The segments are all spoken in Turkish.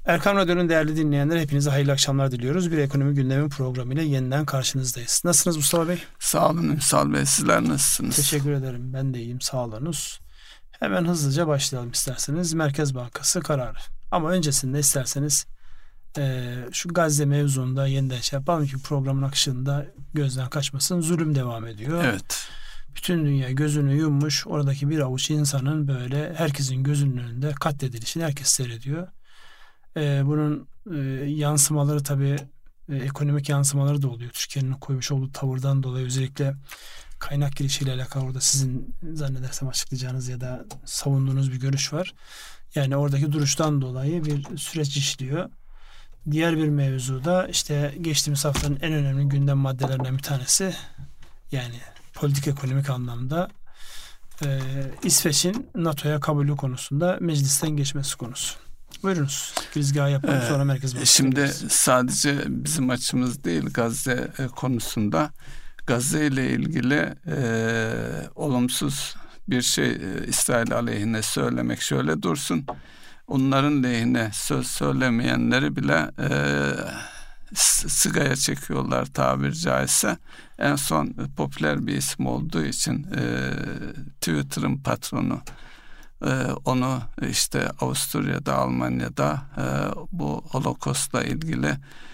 Erkam Radyo'nun değerli dinleyenler, hepinize hayırlı akşamlar diliyoruz. Bir ekonomi gündemi programıyla yeniden karşınızdayız. Nasılsınız Mustafa Bey? Sağ olun Ünsal Bey, sizler nasılsınız? Teşekkür ederim, ben de iyiyim, sağ olunuz. Hemen hızlıca başlayalım isterseniz. Merkez Bankası kararı. Ama öncesinde isterseniz şu Gazze mevzunda yeniden yapalım ki programın akışında gözden kaçmasın. Zulüm devam ediyor. Evet. Bütün dünya gözünü yummuş, oradaki bir avuç insanın böyle herkesin gözünün önünde katledilişini herkes seyrediyor. Bunun yansımaları tabii ekonomik yansımaları da oluyor. Türkiye'nin koymuş olduğu tavırdan dolayı, özellikle kaynak girişiyle alakalı orada sizin zannedersem açıklayacağınız ya da savunduğunuz bir görüş var. Yani oradaki duruştan dolayı bir süreç işliyor. Diğer bir mevzuda işte geçtiğimiz haftanın en önemli gündem maddelerinden bir tanesi, yani politik ekonomik anlamda İsveç'in NATO'ya kabulü konusunda meclisten geçmesi konusu. Buyurunuz. Girizgahı yapalım, sonra Merkez Bankası. Şimdi sadece bizim açımız değil, Gazze konusunda Gazze ile ilgili olumsuz bir şey İsrail aleyhine söylemek şöyle dursun. Onların lehine söz söylemeyenleri bile sigaya çekiyorlar tabiri caizse. En son popüler bir isim olduğu için Twitter'ın patronu onu işte Avusturya'da, Almanya'da bu Holokost'la ilgili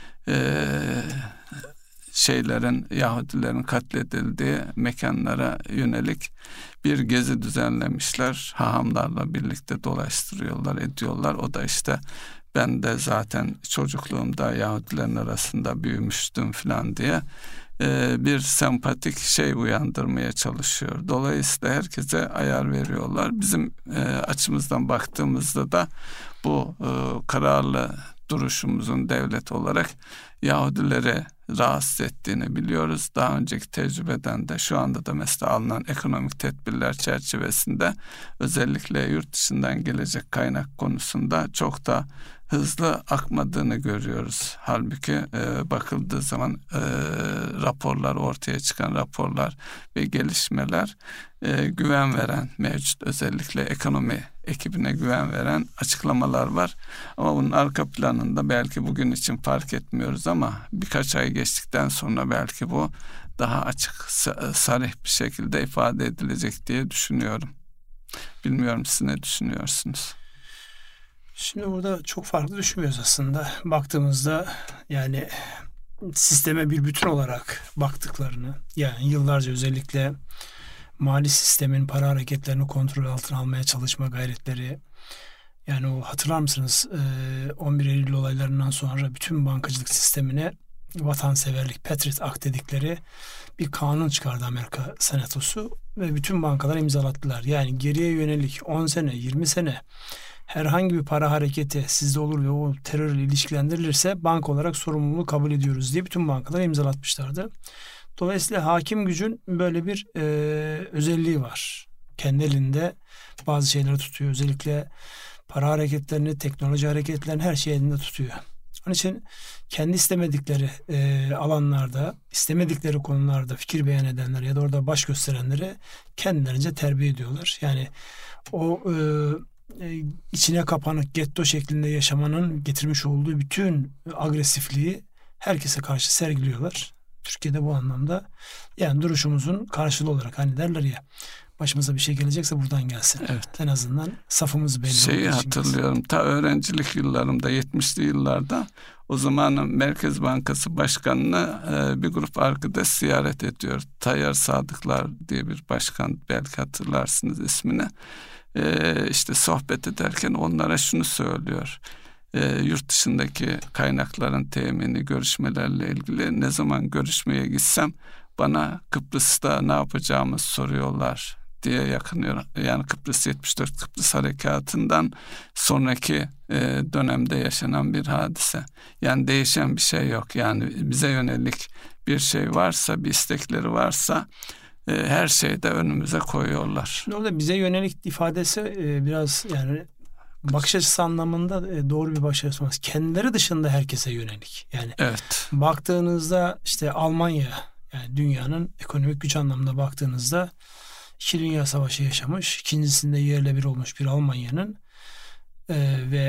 Yahudilerin katledildiği mekanlara yönelik bir gezi düzenlemişler. Hahamlarla birlikte dolaştırıyorlar, ediyorlar. O da işte ben de zaten çocukluğumda Yahudilerin arasında büyümüştüm falan diye bir sempatik uyandırmaya çalışıyor. Dolayısıyla herkese ayar veriyorlar. Bizim açımızdan baktığımızda da bu kararlı duruşumuzun devlet olarak Yahudileri rahatsız ettiğini biliyoruz. Daha önceki tecrübeden de şu anda da mesela alınan ekonomik tedbirler çerçevesinde özellikle yurt dışından gelecek kaynak konusunda çok da hızlı akmadığını görüyoruz. Halbuki bakıldığı zaman raporlar, ortaya çıkan raporlar ve gelişmeler güven veren, mevcut özellikle ekonomi ekibine güven veren açıklamalar var. Ama bunun arka planında belki bugün için fark etmiyoruz ama birkaç ay geçtikten sonra belki bu daha açık, sarih bir şekilde ifade edilecek diye düşünüyorum. Bilmiyorum, siz ne düşünüyorsunuz? Şimdi burada çok farklı düşünmüyoruz aslında. Baktığımızda yani sisteme bir bütün olarak baktıklarını, yani yıllarca özellikle mali sistemin para hareketlerini kontrol altına almaya çalışma gayretleri, yani o hatırlar mısınız 11 Eylül olaylarından sonra bütün bankacılık sistemine vatanseverlik, Patriot Act dedikleri bir kanun çıkardı Amerika Senatosu ve bütün bankalar imzalattılar. Yani geriye yönelik 10 sene, 20 sene herhangi bir para hareketi sizde olur ve o terörle ilişkilendirilirse banka olarak sorumluluğu kabul ediyoruz diye bütün bankalar imzalatmışlardı. Dolayısıyla hakim gücün böyle bir özelliği var. Kendi elinde bazı şeyleri tutuyor. Özellikle para hareketlerini, teknoloji hareketlerini, her şeyi elinde tutuyor. Onun için kendi istemedikleri alanlarda, istemedikleri konularda fikir beyan edenler ya da orada baş gösterenleri kendilerince terbiye ediyorlar. Yani o içine kapanık getto şeklinde yaşamanın getirmiş olduğu bütün agresifliği herkese karşı sergiliyorlar. Türkiye'de bu anlamda yani duruşumuzun karşılığı olarak, hani derler ya, başımıza bir şey gelecekse buradan gelsin. Evet. En azından safımız belli. Hatırlıyorum, ta öğrencilik yıllarımda, 70'li yıllarda, o zaman Merkez Bankası Başkanı'nı bir grup arkadaş ziyaret ediyor. Tayyar Sadıklar diye bir başkan, belki hatırlarsınız ismini. İşte sohbet ederken onlara şunu söylüyor. Yurt dışındaki kaynakların temini, görüşmelerle ilgili ne zaman görüşmeye gitsem bana Kıbrıs'ta ne yapacağımızı soruyorlar diye yakınıyor. Yani Kıbrıs 74 Kıbrıs Harekatı'ndan sonraki dönemde yaşanan bir hadise. Yani değişen bir şey yok. Yani bize yönelik bir şey varsa, bir istekleri varsa her şeyi de önümüze koyuyorlar. Şimdi orada bize yönelik ifadesi biraz yani bakış açısı anlamında doğru bir bakış açısı olmaz. Kendileri dışında herkese yönelik. Yani evet. Baktığınızda işte Almanya, yani dünyanın ekonomik güç anlamında baktığınızda 2 Dünya Savaşı yaşamış, ikincisinde yerle bir olmuş bir Almanya'nın ve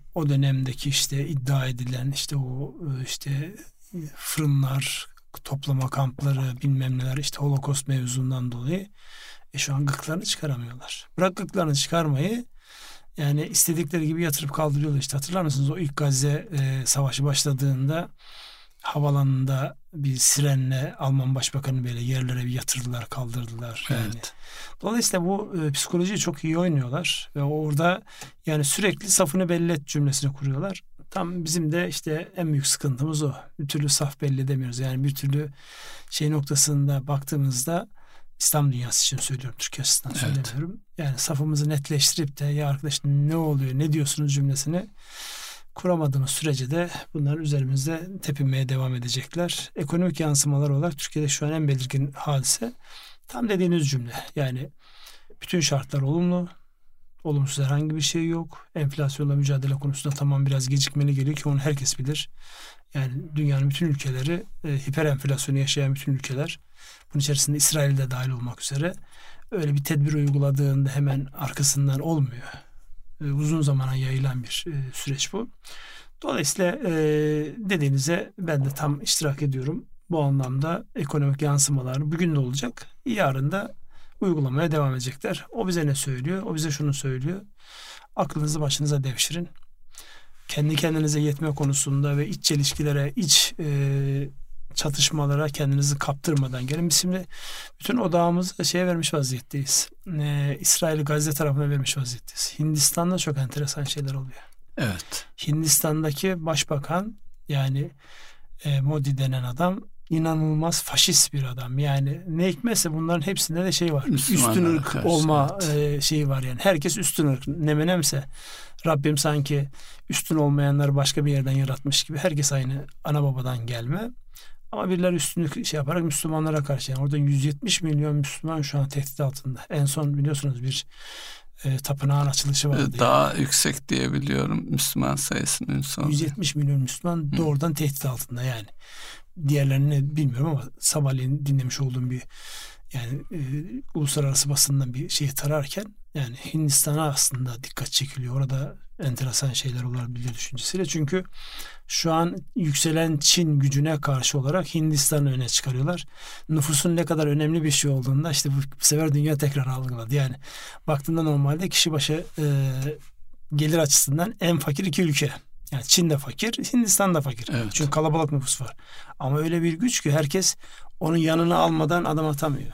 o dönemdeki işte iddia edilen işte o işte fırınlar, toplama kampları, bilmem neler, işte Holocaust mevzundan dolayı şu an gıklarını çıkaramıyorlar. Bırak gıklarını çıkarmayı, yani istedikleri gibi yatırıp kaldırıyorlar. İşte hatırlar mısınız o ilk Gazze savaşı başladığında havalanında bir sirenle Alman Başbakanı böyle yerlere bir yatırdılar, kaldırdılar. Yani. Evet. Dolayısıyla bu psikolojiyi çok iyi oynuyorlar ve orada yani sürekli safını belli et cümlesini kuruyorlar. Tam bizim de işte en büyük sıkıntımız o. Bir türlü saf belli edemiyoruz. Yani bir türlü şey noktasında baktığımızda, İslam dünyası için söylüyorum, Türkiye açısından söylemiyorum. Yani safımızı netleştirip de ya arkadaş ne oluyor, ne diyorsunuz cümlesini kuramadığımız sürece de bunlar üzerimizde tepinmeye devam edecekler. Ekonomik yansımalar olarak Türkiye'de şu an en belirgin hadise tam dediğiniz cümle. Yani bütün şartlar olumlu, olumsuz herhangi bir şey yok. Enflasyonla mücadele konusunda tamam biraz gecikmeli geliyor ki onu herkes bilir. Yani dünyanın bütün ülkeleri, hiper enflasyonu yaşayan bütün ülkeler, bunun içerisinde İsrail de dahil olmak üzere, öyle bir tedbir uyguladığında hemen arkasından olmuyor. Uzun zamana yayılan bir süreç bu. Dolayısıyla dediğinize ben de tam iştirak ediyorum. Bu anlamda ekonomik yansımalar bugün de olacak, yarın da uygulamaya devam edecekler. O bize ne söylüyor? O bize şunu söylüyor: aklınızı başınıza devşirin. Kendi kendinize yetme konusunda ve iç çelişkilere, iç çatışmalara kendinizi kaptırmadan gelin. Biz şimdi bütün odağımızı şeye vermiş vaziyetteyiz. İsrail Gazze tarafına vermiş vaziyetteyiz. Hindistan'da çok enteresan şeyler oluyor. Evet. Hindistan'daki başbakan, yani Modi denen adam inanılmaz faşist bir adam. Yani ne hikmetse bunların hepsinde de şey var. Üstün ırk olma şeyi var yani. Herkes üstün ırk. Ne menemse Rabbim sanki üstün olmayanları başka bir yerden yaratmış gibi. Herkes aynı ana babadan gelme. Ama birileri üstünlük şey yaparak Müslümanlara karşı, yani orada 170 milyon Müslüman şu an tehdit altında. En son biliyorsunuz bir tapınağın açılışı vardı. Daha yani yüksek diye biliyorum Müslüman sayısının sonu. 170 milyon Müslüman doğrudan tehdit altında yani. Diğerlerini bilmiyorum ama sabahleyin dinlemiş olduğum bir yani uluslararası basından bir şeyi tararken yani Hindistan'a aslında dikkat çekiliyor. Orada enteresan şeyler olabilir düşüncesiyle. Çünkü şu an yükselen Çin gücüne karşı olarak Hindistan'ı öne çıkarıyorlar. Nüfusun ne kadar önemli bir şey olduğunda işte bu sefer dünya tekrar algıladı. Yani baktığında normalde kişi başı gelir açısından en fakir iki ülke. Yani Çin de fakir, Hindistan da fakir. Evet. Çünkü kalabalık nüfus var. Ama öyle bir güç ki herkes onun yanına almadan adım atamıyor.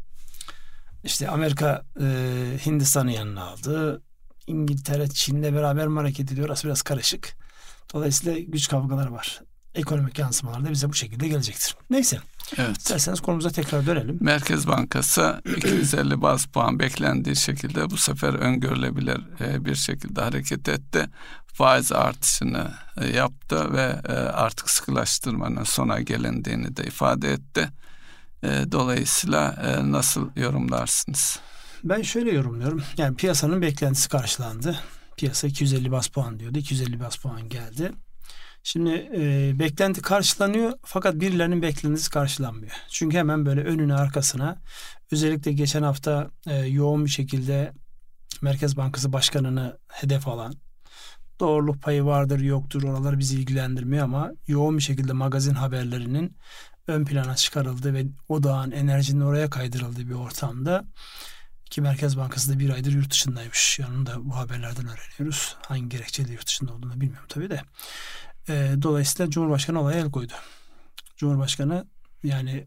İşte Amerika Hindistan'ın yanına aldı. İngiltere Çin'le beraber mi hareket ediyor? Orası biraz karışık. Dolayısıyla güç kavgaları var. Ekonomik yansımalar da bize bu şekilde gelecektir. Neyse. Evet. İsterseniz konumuza tekrar dönelim. Merkez Bankası 250 baz puan beklendiği şekilde bu sefer öngörülebilir bir şekilde hareket etti. Faiz artışını yaptı ve artık sıkılaştırmanın sona gelindiğini de ifade etti. Dolayısıyla nasıl yorumlarsınız? Ben şöyle yorumluyorum. Yani piyasanın beklentisi karşılandı. Piyasa 250 baz puan diyordu. 250 baz puan geldi. Şimdi beklenti karşılanıyor fakat birilerinin beklentisi karşılanmıyor. Çünkü hemen böyle önüne arkasına, özellikle geçen hafta yoğun bir şekilde Merkez Bankası Başkanı'nı hedef alan, doğruluk payı vardır yoktur oralar bizi ilgilendirmiyor ama yoğun bir şekilde magazin haberlerinin ön plana çıkarıldığı ve odağın, enerjinin oraya kaydırıldığı bir ortamda, ki Merkez Bankası da bir aydır yurt dışındaymış. Yani da bu haberlerden öğreniyoruz. Hangi gerekçeyle yurt dışında olduğunu bilmiyorum tabii de. Dolayısıyla Cumhurbaşkanı olaya el koydu. Cumhurbaşkanı yani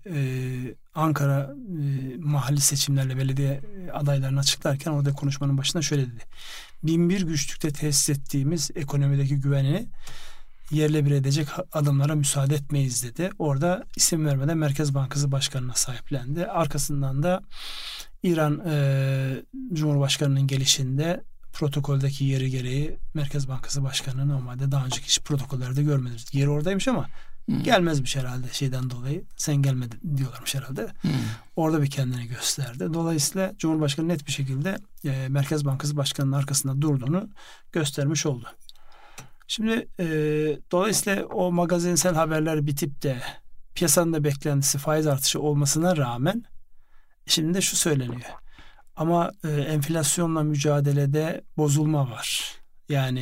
Ankara mahalli seçimlerle belediye adaylarını açıklarken orada konuşmanın başında şöyle dedi: 1001 güçlükte tesis ettiğimiz ekonomideki güveni yerle bir edecek adımlara müsaade etmeyiz dedi. Orada isim vermeden Merkez Bankası Başkanı'na sahiplendi. Arkasından da İran Cumhurbaşkanı'nın gelişinde protokoldeki yeri gereği Merkez Bankası Başkanı normalde daha önceki hiç protokollerde görmedik. Yeri oradaymış ama gelmezmiş herhalde şeyden dolayı. Sen gelmedin diyorlarmış herhalde. Orada bir kendini gösterdi. Dolayısıyla Cumhurbaşkanı net bir şekilde Merkez Bankası Başkanı'nın arkasında durduğunu göstermiş oldu. Şimdi dolayısıyla o magazinsel haberler bitip de piyasanın da beklentisi faiz artışı olmasına rağmen şimdi de şu söyleniyor: ama enflasyonla mücadelede bozulma var. Yani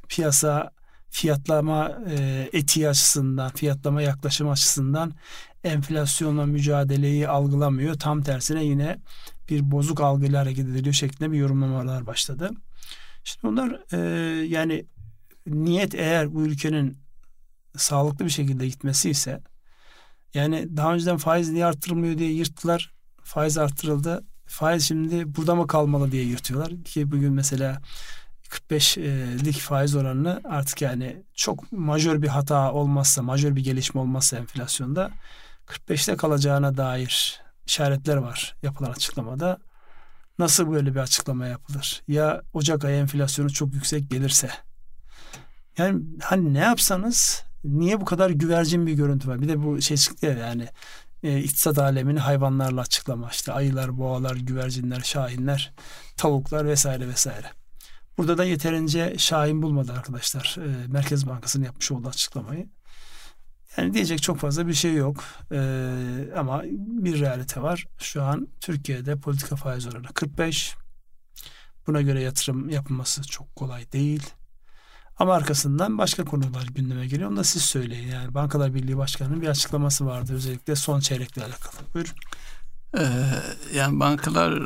piyasa fiyatlama etiği açısından, fiyatlama yaklaşım açısından enflasyonla mücadeleyi algılamıyor. Tam tersine yine bir bozuk algıyla hareket ediliyor şeklinde bir yorumlamalar başladı. Şimdi bunlar yani niyet eğer bu ülkenin sağlıklı bir şekilde gitmesi ise, yani daha önceden faiz niye arttırılmıyor diye yırttılar. Faiz arttırıldı. Faiz şimdi burada mı kalmalı diye yırtıyorlar. Ki bugün mesela 45'lik faiz oranını artık yani çok majör bir hata olmazsa, majör bir gelişme olmazsa enflasyonda 45'te kalacağına dair işaretler var yapılan açıklamada. Nasıl böyle bir açıklama yapılır? Ya Ocak ayı enflasyonu çok yüksek gelirse? Yani hani ne yapsanız niye bu kadar güvercin bir görüntü var? Bir de bu şey çıktı ya, yani iktisat alemini hayvanlarla açıklama. İşte ayılar, boğalar, güvercinler, şahinler, tavuklar vesaire vesaire. Burada da yeterince şahin bulmadı arkadaşlar. Merkez Bankası'nın yapmış olduğu açıklamayı. Yani diyecek çok fazla bir şey yok. Ama bir realite var. Şu an Türkiye'de politika faiz oranı 45. Buna göre yatırım yapılması çok kolay değil. Ama arkasından başka konular gündeme geliyor. Onu da siz söyleyin. Yani Bankalar Birliği Başkanı'nın bir açıklaması vardı. Özellikle son çeyrekle alakalı. Buyurun. Yani bankalar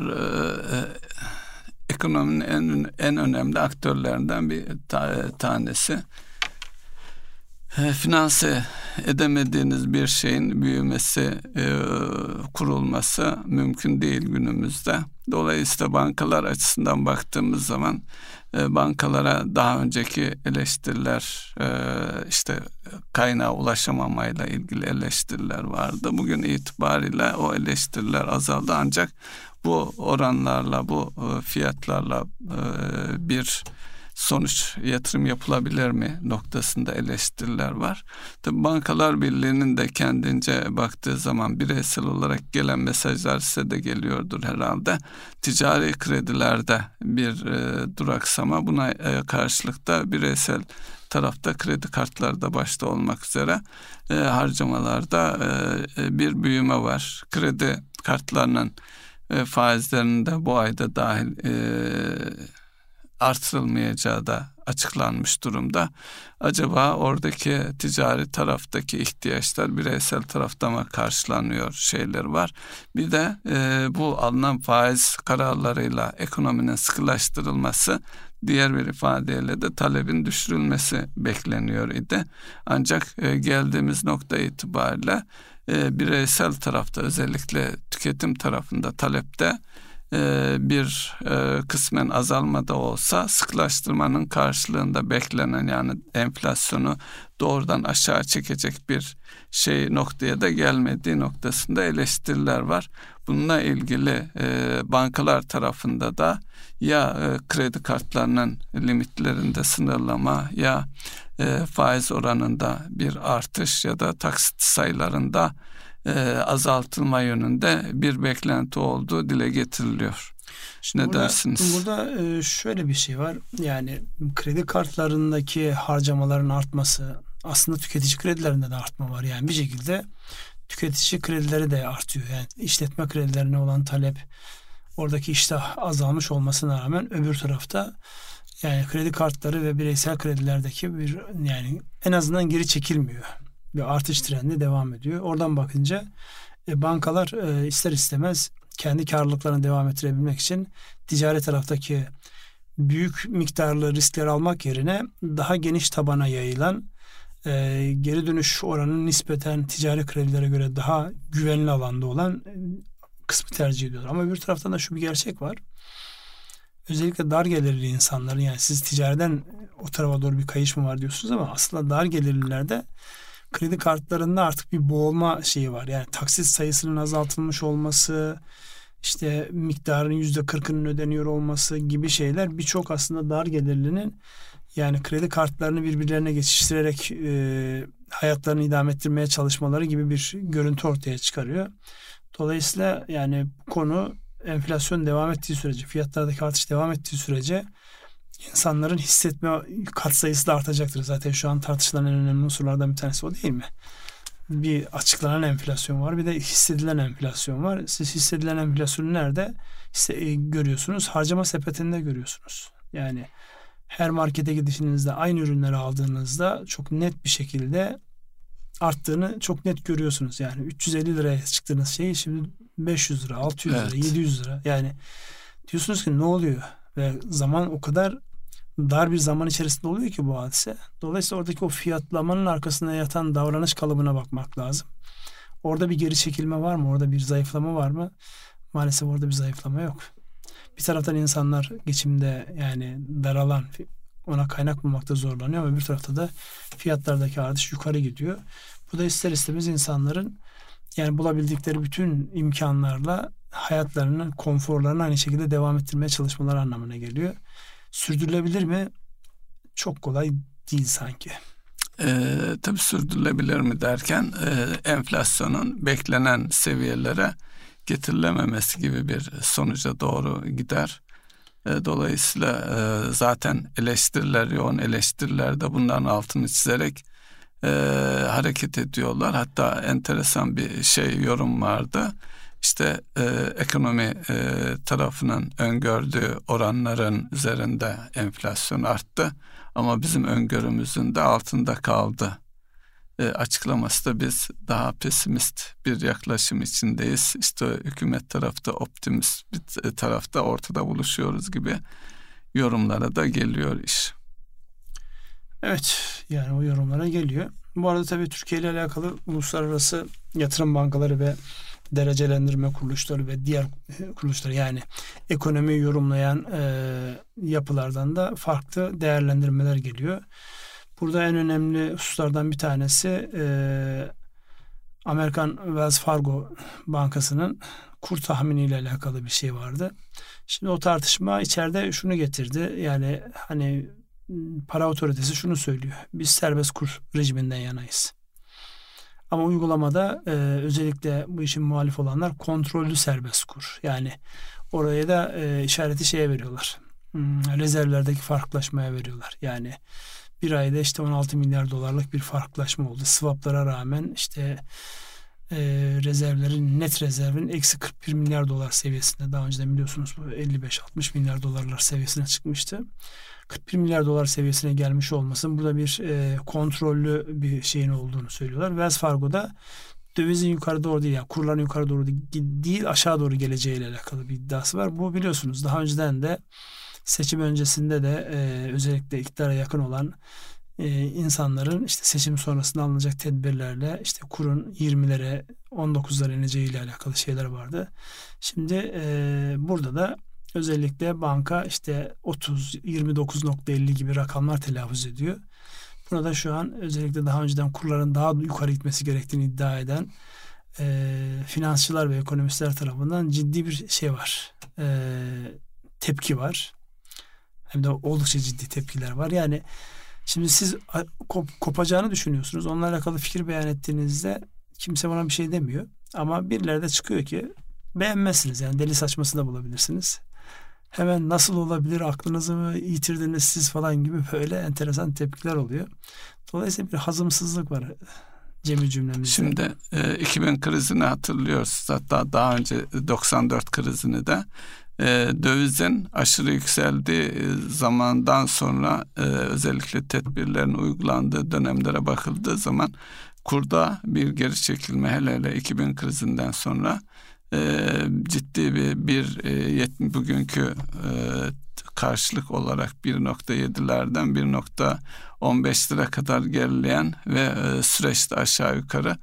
ekonominin en önemli aktörlerinden bir tanesi. Finanse edemediğiniz bir şeyin büyümesi, kurulması mümkün değil günümüzde. Dolayısıyla bankalar açısından baktığımız zaman bankalara daha önceki eleştiriler, işte kaynağa ulaşamamayla ilgili eleştiriler vardı. Bugün itibariyle o eleştiriler azaldı, ancak bu oranlarla, bu fiyatlarla bir sonuç yatırım yapılabilir mi noktasında eleştiriler var. Tabii Bankalar Birliği'nin de kendince baktığı zaman bireysel olarak gelen mesajlar size de geliyordur herhalde. Ticari kredilerde bir duraksama, buna karşılık da bireysel tarafta kredi kartlarda başta olmak üzere harcamalarda bir büyüme var. Kredi kartlarının faizlerinin de bu ayda dahil artırılmayacağı da açıklanmış durumda. Acaba oradaki ticari taraftaki ihtiyaçlar bireysel tarafta mı karşılanıyor şeyler var. Bir de bu alınan faiz kararlarıyla ekonominin sıkılaştırılması, diğer bir ifadeyle de talebin düşürülmesi bekleniyor idi. Ancak geldiğimiz nokta itibariyle bireysel tarafta, özellikle tüketim tarafında talepte bir kısmen azalma da olsa sıklaştırmanın karşılığında beklenen, yani enflasyonu doğrudan aşağı çekecek bir şey noktaya da gelmediği noktasında eleştiriler var. Bununla ilgili bankalar tarafında da ya kredi kartlarının limitlerinde sınırlama, ya faiz oranında bir artış ya da taksit sayılarında azaltılma yönünde bir beklenti olduğu dile getiriliyor. Ne dersiniz? Burada şöyle bir şey var. Yani kredi kartlarındaki harcamaların artması, aslında tüketici kredilerinde de artma var. Yani bir şekilde tüketici kredileri de artıyor. Yani işletme kredilerine olan talep, oradaki iştah azalmış olmasına rağmen öbür tarafta yani kredi kartları ve bireysel kredilerdeki bir, yani en azından geri çekilmiyor. Bir artış trendi devam ediyor. Oradan bakınca bankalar ister istemez kendi karlılıklarını devam ettirebilmek için ticari taraftaki büyük miktarlı riskler almak yerine daha geniş tabana yayılan, geri dönüş oranı nispeten ticari kredilere göre daha güvenli alanda olan kısmı tercih ediyorlar. Ama bir taraftan da şu bir gerçek var. Özellikle dar gelirli insanların, yani siz ticariden o tarafa doğru bir kayış mı var diyorsunuz ama aslında dar gelirlilerde kredi kartlarında artık bir boğulma şeyi var. Yani taksit sayısının azaltılmış olması, işte miktarın %40'ının ödeniyor olması gibi şeyler birçok aslında dar gelirlinin yani kredi kartlarını birbirlerine geçiştirerek hayatlarını idame ettirmeye çalışmaları gibi bir görüntü ortaya çıkarıyor. Dolayısıyla yani bu konu enflasyon devam ettiği sürece, fiyatlardaki artış devam ettiği sürece insanların hissetme katsayısı da artacaktır. Zaten şu an tartışılan en önemli unsurlardan bir tanesi o değil mi? Bir açıklanan enflasyon var, bir de hissedilen enflasyon var. Siz hissedilen enflasyonu nerede görüyorsunuz? Harcama sepetinde görüyorsunuz. Yani her markete gidişinizde aynı ürünleri aldığınızda çok net bir şekilde arttığını çok net görüyorsunuz. Yani 350 liraya çıktığınız şey şimdi 500 lira, 600 lira, 700 lira. Yani diyorsunuz ki ne oluyor? Ve zaman o kadar dar bir zaman içerisinde oluyor ki bu hadise. Dolayısıyla oradaki o fiyatlamanın arkasında yatan davranış kalıbına bakmak lazım. Orada bir geri çekilme var mı? Orada bir zayıflama var mı? Maalesef orada bir zayıflama yok. Bir taraftan insanlar geçimde yani daralan, ona kaynak bulmakta zorlanıyor ama bir tarafta da fiyatlardaki artış yukarı gidiyor. Bu da ister istemez insanların yani bulabildikleri bütün imkanlarla hayatlarını, konforlarını aynı şekilde devam ettirmeye çalışmaları anlamına geliyor. Sürdürülebilir mi? Çok kolay değil sanki. Tabii sürdürülebilir mi derken enflasyonun beklenen seviyelere getirilememesi gibi bir sonuca doğru gider. Dolayısıyla zaten yoğun eleştiriler de bunların altını çizerek hareket ediyorlar. Hatta enteresan bir yorum vardı. İşte ekonomi tarafının öngördüğü oranların üzerinde enflasyon arttı ama bizim öngörümüzün de altında kaldı. Açıklaması da biz daha pesimist bir yaklaşım içindeyiz. İşte hükümet tarafta optimist bir tarafta ortada buluşuyoruz gibi yorumlara da geliyor iş. Evet, yani o yorumlara geliyor. Bu arada tabii Türkiye ile alakalı uluslararası yatırım bankaları ve derecelendirme kuruluşları ve diğer kuruluşlar yani ekonomiyi yorumlayan yapılardan da farklı değerlendirmeler geliyor. Burada en önemli hususlardan bir tanesi Amerikan Wells Fargo Bankası'nın kur tahminiyle alakalı bir şey vardı. Şimdi o tartışma içeride şunu getirdi. Yani hani para otoritesi şunu söylüyor. Biz serbest kur rejiminden yanayız. Ama uygulamada özellikle bu işin muhalif olanlar kontrollü serbest kur. Yani oraya da işareti şeye veriyorlar. Rezervlerdeki farklılaşmaya veriyorlar. Yani bir ayda işte 16 milyar dolarlık bir farklılaşma oldu. Swaplara rağmen işte net rezervin eksi 41 milyar dolar seviyesinde, daha önceden biliyorsunuz bu 55-60 milyar dolarlar seviyesine çıkmıştı. 41 milyar dolar seviyesine gelmiş olmasın burada bir kontrollü bir şeyin olduğunu söylüyorlar. Wells Fargo'da dövizin yukarı doğru değil, yani kurların yukarı doğru değil aşağı doğru geleceğiyle alakalı bir iddiası var. Bu biliyorsunuz daha önceden de seçim öncesinde de özellikle iktidara yakın olan insanların işte seçim sonrasında alınacak tedbirlerle işte kurun 20'lere 19'lara ineceğiyle alakalı şeyler vardı. Şimdi burada da özellikle banka işte 29.50 gibi rakamlar telaffuz ediyor. Buna da şu an özellikle daha önceden kurların daha yukarı gitmesi gerektiğini iddia eden finansçılar ve ekonomistler tarafından ciddi bir şey var. Tepki var. Hem de oldukça ciddi tepkiler var. Yani şimdi siz kopacağını düşünüyorsunuz. Onunla alakalı fikir beyan ettiğinizde kimse buna bir şey demiyor. Ama birileri de çıkıyor ki beğenmezsiniz. Yani deli saçması da bulabilirsiniz. Hemen nasıl olabilir, aklınızı mı yitirdiniz siz falan gibi böyle enteresan tepkiler oluyor. Dolayısıyla bir hazımsızlık var cümlemizde. Şimdi 2000 krizini hatırlıyoruz. Hatta daha önce 94 krizini de. Dövizin aşırı yükseldiği zamandan sonra özellikle tedbirlerin uygulandığı dönemlere bakıldığı zaman kurda bir geri çekilme, hele 2000 krizinden sonra ciddi bugünkü karşılık olarak 1.7'lerden 1.15 lira kadar gerileyen ve süreçte aşağı yukarı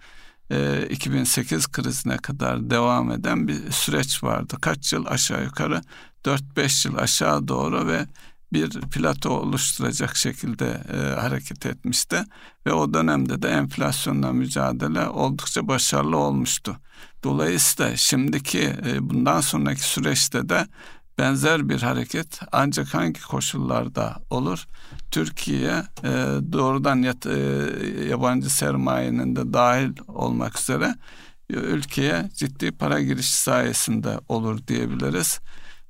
2008 krizine kadar devam eden bir süreç vardı. Kaç yıl aşağı yukarı 4-5 yıl aşağı doğru ve bir plato oluşturacak şekilde hareket etmişti. Ve o dönemde de enflasyonla mücadele oldukça başarılı olmuştu. Dolayısıyla şimdiki bundan sonraki süreçte de benzer bir hareket ancak hangi koşullarda olur? Türkiye doğrudan yabancı sermayenin de dahil olmak üzere ülkeye ciddi para girişi sayesinde olur diyebiliriz.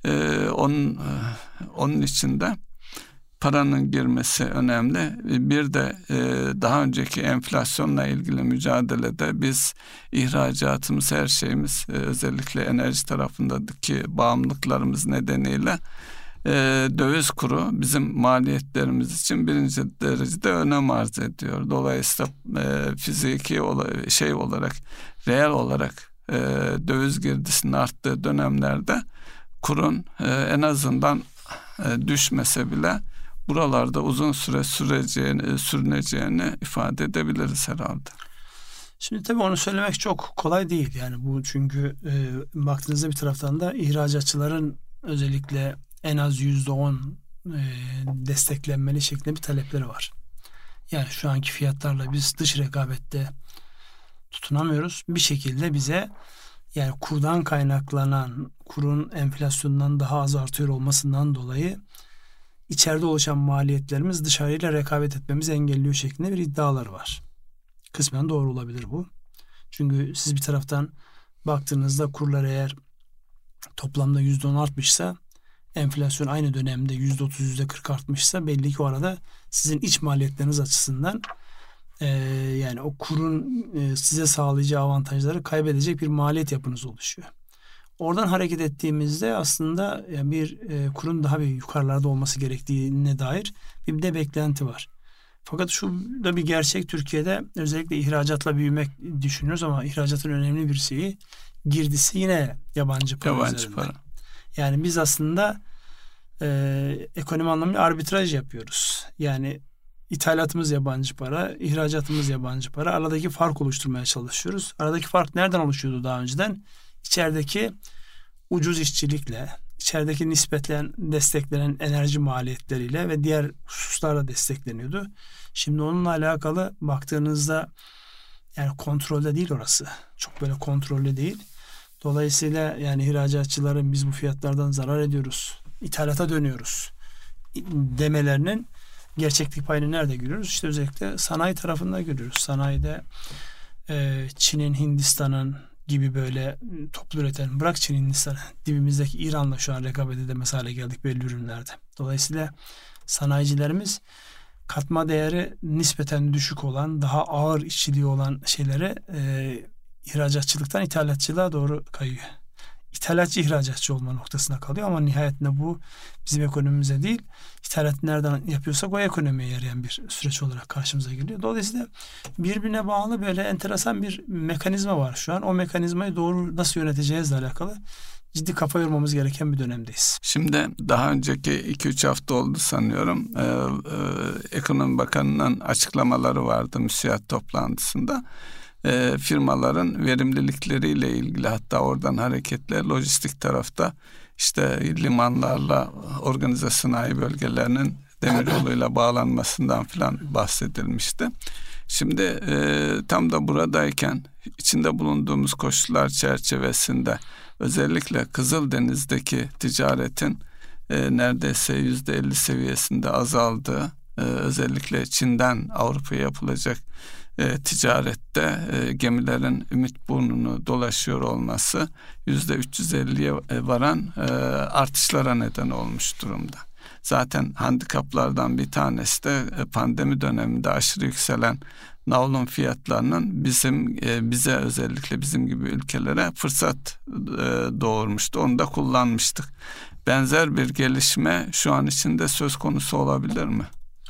Onun için de paranın girmesi önemli. Bir de daha önceki enflasyonla ilgili mücadelede biz ihracatımız, her şeyimiz özellikle enerji tarafındaki bağımlılıklarımız nedeniyle döviz kuru bizim maliyetlerimiz için birinci derecede önem arz ediyor. Dolayısıyla fiziki olarak, reel olarak döviz girdisinin arttığı dönemlerde kurun en azından düşmese bile buralarda uzun süre sürüneceğini ifade edebiliriz herhalde. Şimdi tabii onu söylemek çok kolay değil. Yani bu çünkü baktığınızda bir taraftan da ihracatçıların özellikle en az %10 desteklenmeli şeklinde bir talepleri var. Yani şu anki fiyatlarla biz dış rekabette tutunamıyoruz. Bir şekilde bize yani kurdan kaynaklanan, kurun enflasyondan daha az artıyor olmasından dolayı içeride oluşan maliyetlerimiz dışarıyla rekabet etmemizi engelliyor şeklinde bir iddiaları var. Kısmen doğru olabilir bu. Çünkü siz bir taraftan baktığınızda kurlar eğer toplamda %10 artmışsa, enflasyon aynı dönemde %30, %40 artmışsa belli ki o arada sizin iç maliyetleriniz açısından yani o kurun size sağlayacağı avantajları kaybedecek bir maliyet yapınız oluşuyor. Oradan hareket ettiğimizde aslında bir kurun daha bir yukarılarda olması gerektiğine dair bir de beklenti var. Fakat şu da bir gerçek, Türkiye'de özellikle ihracatla büyümek düşünüyoruz ama ihracatın önemli bir şeyi girdisi yine yabancı para üzerinden. Yani biz aslında ekonomi anlamında arbitraj yapıyoruz. Yani ithalatımız yabancı para, ihracatımız yabancı para. Aradaki fark oluşturmaya çalışıyoruz. Aradaki fark nereden oluşuyordu daha önceden? İçerideki ucuz işçilikle, içerideki nispetle desteklenen enerji maliyetleriyle ve diğer hususlarla destekleniyordu. Şimdi onunla alakalı baktığınızda yani kontrolde değil orası. Çok böyle kontrollü değil. Dolayısıyla yani ihracatçıların biz bu fiyatlardan zarar ediyoruz, ithalata dönüyoruz demelerinin gerçeklik payını nerede görüyoruz? İşte özellikle sanayi tarafında görüyoruz. Sanayide Çin'in, Hindistan'ın gibi böyle toplu üreten, bırak Çin, Hindistan, dibimizdeki İran'la şu an rekabet edemez hale geldik belli ürünlerde. Dolayısıyla sanayicilerimiz katma değeri nispeten düşük olan, daha ağır işçiliği olan şeylere ihracatçılıktan ithalatçılığa doğru kayıyor. İthalatçı ihracatçı olma noktasına kalıyor ama nihayetinde bu bizim ekonomimize değil, ithalat nereden yapıyorsak o ekonomiye yarayan bir süreç olarak karşımıza geliyor. Dolayısıyla birbirine bağlı böyle enteresan bir mekanizma var şu an. O mekanizmayı doğru nasıl yöneteceğizle alakalı ciddi kafa yormamız gereken bir dönemdeyiz. Şimdi daha önceki 2-3 hafta oldu sanıyorum. Ekonomi Bakanı'nın açıklamaları vardı müsiat toplantısında. Firmaların verimlilikleriyle ilgili, hatta oradan hareketle lojistik tarafta işte limanlarla organize sanayi bölgelerinin demiryoluyla bağlanmasından filan bahsedilmişti. Şimdi tam da buradayken içinde bulunduğumuz koşullar çerçevesinde özellikle Kızıldeniz'deki ticaretin neredeyse %50 seviyesinde azaldığı, özellikle Çin'den Avrupa'ya yapılacak ticarette gemilerin Ümitburnu'nu dolaşıyor olması %350'ye varan artışlara neden olmuş durumda. Zaten handikaplardan bir tanesi de pandemi döneminde aşırı yükselen navlun fiyatlarının bize özellikle bizim gibi ülkelere fırsat doğurmuştu. Onu da kullanmıştık. Benzer bir gelişme şu an içinde söz konusu olabilir mi?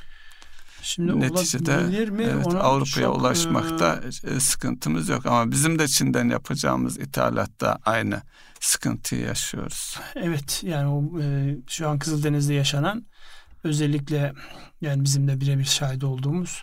Şimdi neticede mi? Evet, Avrupa'ya ulaşmakta sıkıntımız yok ama bizim de Çin'den yapacağımız ithalatta aynı sıkıntıyı yaşıyoruz. Evet, yani şu an Kızıldeniz'de yaşanan, özellikle yani bizim de birebir şahit olduğumuz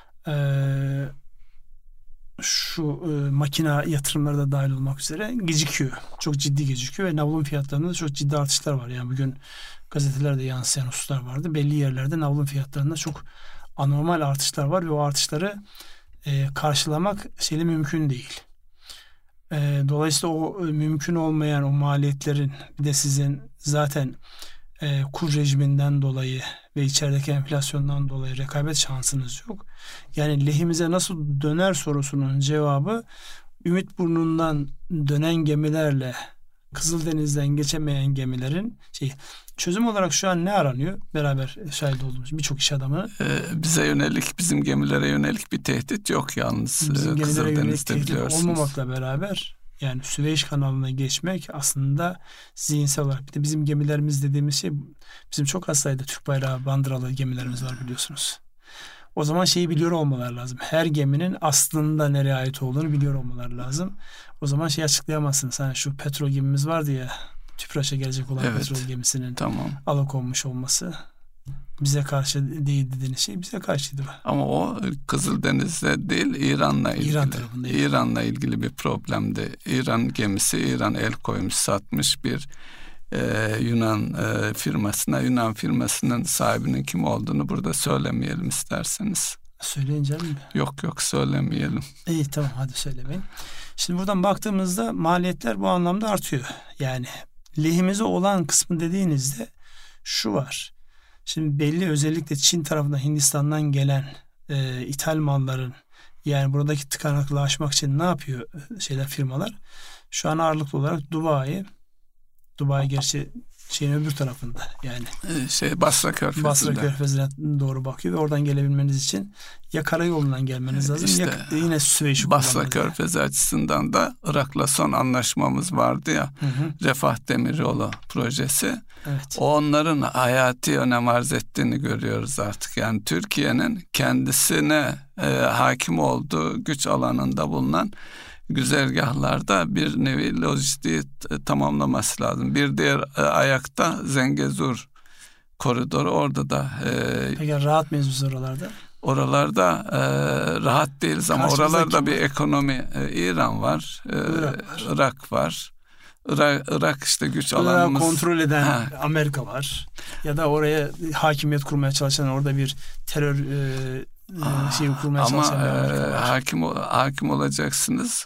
şu makina yatırımları da dahil olmak üzere gecikiyor. Çok ciddi gecikiyor ve navlun fiyatlarında da çok ciddi artışlar var. Yani bugün gazetelerde yansıyan hususlar vardı. Belli yerlerde navlun fiyatlarında çok anormal artışlar var ve o artışları karşılamak mümkün değil. Dolayısıyla o mümkün olmayan o maliyetlerin bir de sizin zaten kur rejiminden dolayı ve içerideki enflasyondan dolayı rekabet şansınız yok. Yani lehimize nasıl döner sorusunun cevabı Ümitburnu'ndan dönen gemilerle Kızıldeniz'den geçemeyen gemilerin çözüm olarak şu an ne aranıyor? Beraber şahit olduğumuz birçok iş adamı. Bize yönelik, bizim gemilere yönelik bir tehdit yok yalnız. Bizim gemilere yönelik tehdit olmamakla beraber Yani Süveyş kanalına geçmek aslında zihinsel olarak. Bir de bizim gemilerimiz dediğimiz şey, bizim çok az sayıda Türk bayrağı bandıralı gemilerimiz var biliyorsunuz. O zaman şeyi biliyor olmaları lazım. Her geminin aslında nereye ait olduğunu biliyor olmaları lazım. O zaman şey açıklayamazsınız. Hani şu petrol gemimiz vardı ya, Tüpraş'a gelecek olan petrol gemisinin alıkonmuş olması. Bize karşı değil dediğiniz şey bize karşıydı. Ama o Kızıldeniz'de değil, İran'la ilgili. İran'la ilgili bir problemdi. İran gemisi, İran el koymuş, satmış bir Yunan firmasına. Yunan firmasının sahibinin kim olduğunu burada söylemeyelim isterseniz. Söyleyince mi? Yok söylemeyelim. İyi, tamam, hadi söylemeyin. Şimdi buradan baktığımızda maliyetler bu anlamda artıyor. Yani lehimize olan kısmı dediğinizde şu var. Şimdi belli, özellikle Çin tarafından, Hindistan'dan gelen ithal malların, yani buradaki tıkanıklığı aşmak için ne yapıyor firmalar? Şu an ağırlıklı olarak Dubai gerçi şeyin öbür tarafında, yani Basra Körfezi'ne doğru bakıyor ve oradan gelebilmeniz için ya karayolundan gelmeniz lazım ya yine Süveyş'i Basra Körfezi açısından da Irak'la son anlaşmamız vardı ya, Refah Demiryolu projesi. Evet. Onların hayati önem arz ettiğini görüyoruz artık. Yani Türkiye'nin kendisine hakim olduğu güç alanında bulunan güzergahlarda bir nevi lojistiği tamamlaması lazım. Bir diğer ayakta Zengezur koridoru, orada da. Peki rahat mıyız oralarda? Oralarda rahat değiliz ama oralarda bir ekonomi, İran var, Irak var. Irak işte güç alanımız. Kontrol eden Amerika var. Ya da oraya hakimiyet kurmaya çalışan, orada bir terör kurmaya çalışan ama hakim olacaksınız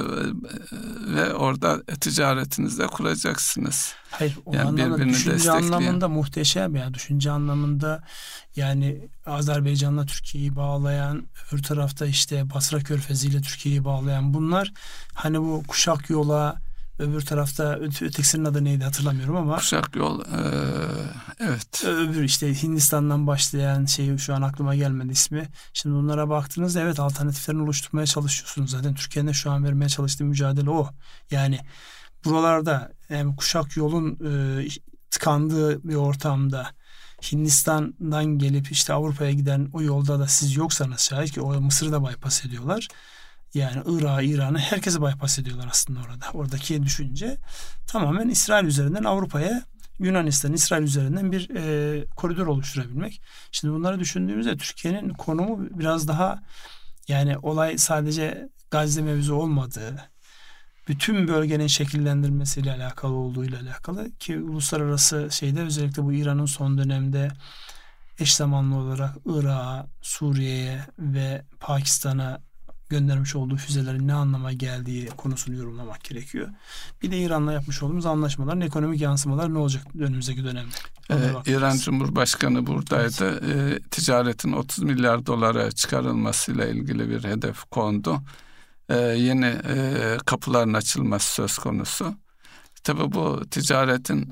ve orada ticaretinizi de kuracaksınız. Hayır, o yani anlamda düşünce anlamında muhteşem ya. Düşünce anlamında yani Azerbaycan'la Türkiye'yi bağlayan, öbür tarafta işte Basra Körfezi ile Türkiye'yi bağlayan, bunlar hani bu kuşak yola, öbür tarafta ötekisinin adı neydi hatırlamıyorum ama. Kuşak yol, evet. Öbür işte Hindistan'dan başlayan şey şu an aklıma gelmedi ismi. Şimdi bunlara baktığınızda evet, alternatiflerini oluşturmaya çalışıyorsunuz. Zaten Türkiye'nin şu an vermeye çalıştığı mücadele o. Yani buralarda kuşak yolun tıkandığı bir ortamda Hindistan'dan gelip işte Avrupa'ya giden o yolda da siz yoksanız şayet, ki o Mısır'ı da bypass ediyorlar. Yani Irak'ı, İran'ı, herkesi bypass ediyorlar aslında orada. Oradaki düşünce tamamen İsrail üzerinden Avrupa'ya, Yunanistan, İsrail üzerinden bir koridor oluşturabilmek. Şimdi bunları düşündüğümüzde Türkiye'nin konumu biraz daha, yani olay sadece Gazze mevzu olmadığı, bütün bölgenin şekillendirmesiyle alakalı olduğuyla alakalı, ki uluslararası şeyde özellikle bu İran'ın son dönemde eş zamanlı olarak Irak'a, Suriye'ye ve Pakistan'a göndermiş olduğu füzelerin ne anlama geldiği konusunu yorumlamak gerekiyor. Bir de İran'la yapmış olduğumuz anlaşmaların ekonomik yansımaları ne olacak önümüzdeki dönemde? İran Cumhurbaşkanı buradaydı. Evet. Ticaretin 30 milyar dolara çıkarılmasıyla ilgili bir hedef kondu. Yeni kapıların açılması söz konusu. Tabii bu ticaretin